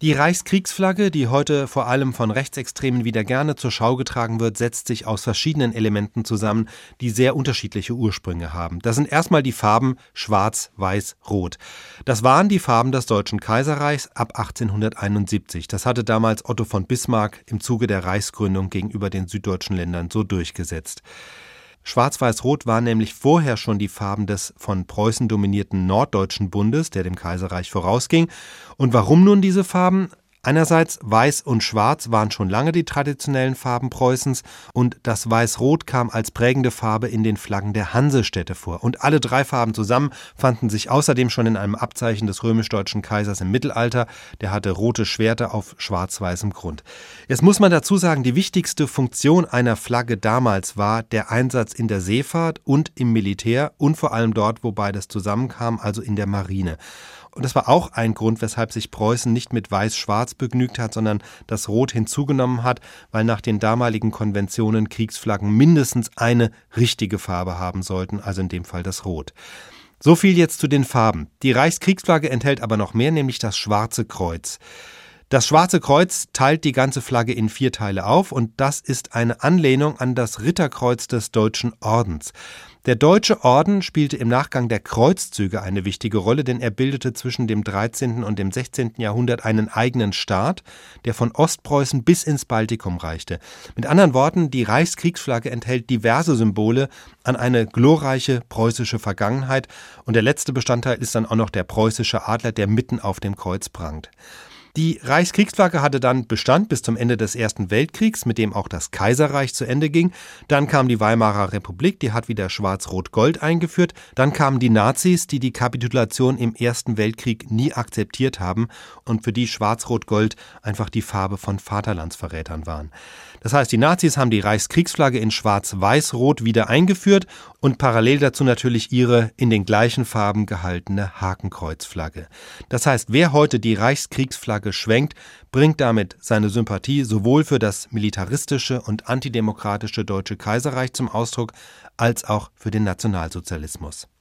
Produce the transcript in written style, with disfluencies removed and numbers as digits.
Die Reichskriegsflagge, die heute vor allem von Rechtsextremen wieder gerne zur Schau getragen wird, setzt sich aus verschiedenen Elementen zusammen, die sehr unterschiedliche Ursprünge haben. Das sind erstmal die Farben Schwarz, Weiß, Rot. Das waren die Farben des Deutschen Kaiserreichs ab 1871. Das hatte damals Otto von Bismarck im Zuge der Reichsgründung gegenüber den süddeutschen Ländern so durchgesetzt. Schwarz-Weiß-Rot waren nämlich vorher schon die Farben des von Preußen dominierten Norddeutschen Bundes, der dem Kaiserreich vorausging. Und warum nun diese Farben? Einerseits Weiß und Schwarz waren schon lange die traditionellen Farben Preußens und das Weiß-Rot kam als prägende Farbe in den Flaggen der Hansestädte vor. Und alle drei Farben zusammen fanden sich außerdem schon in einem Abzeichen des römisch-deutschen Kaisers im Mittelalter. Der hatte rote Schwerter auf schwarz-weißem Grund. Jetzt muss man dazu sagen, die wichtigste Funktion einer Flagge damals war der Einsatz in der Seefahrt und im Militär und vor allem dort, wo beides zusammenkam, also in der Marine. Und das war auch ein Grund, weshalb sich Preußen nicht mit Weiß-Schwarz begnügt hat, sondern das Rot hinzugenommen hat, weil nach den damaligen Konventionen Kriegsflaggen mindestens eine richtige Farbe haben sollten, also in dem Fall das Rot. So viel jetzt zu den Farben. Die Reichskriegsflagge enthält aber noch mehr, nämlich das Schwarze Kreuz. Das Schwarze Kreuz teilt die ganze Flagge in 4 Teile auf und das ist eine Anlehnung an das Ritterkreuz des Deutschen Ordens. Der Deutsche Orden spielte im Nachgang der Kreuzzüge eine wichtige Rolle, denn er bildete zwischen dem 13. und dem 16. Jahrhundert einen eigenen Staat, der von Ostpreußen bis ins Baltikum reichte. Mit anderen Worten, die Reichskriegsflagge enthält diverse Symbole an eine glorreiche preußische Vergangenheit und der letzte Bestandteil ist dann auch noch der preußische Adler, der mitten auf dem Kreuz prangt. Die Reichskriegsflagge hatte dann Bestand bis zum Ende des Ersten Weltkriegs, mit dem auch das Kaiserreich zu Ende ging. Dann kam die Weimarer Republik, die hat wieder Schwarz-Rot-Gold eingeführt. Dann kamen die Nazis, die die Kapitulation im Ersten Weltkrieg nie akzeptiert haben und für die Schwarz-Rot-Gold einfach die Farbe von Vaterlandsverrätern waren. Das heißt, die Nazis haben die Reichskriegsflagge in Schwarz-Weiß-Rot wieder eingeführt und parallel dazu natürlich ihre in den gleichen Farben gehaltene Hakenkreuzflagge. Das heißt, wer heute die Reichskriegsflagge schwenkt, bringt damit seine Sympathie sowohl für das militaristische und antidemokratische Deutsche Kaiserreich zum Ausdruck, als auch für den Nationalsozialismus.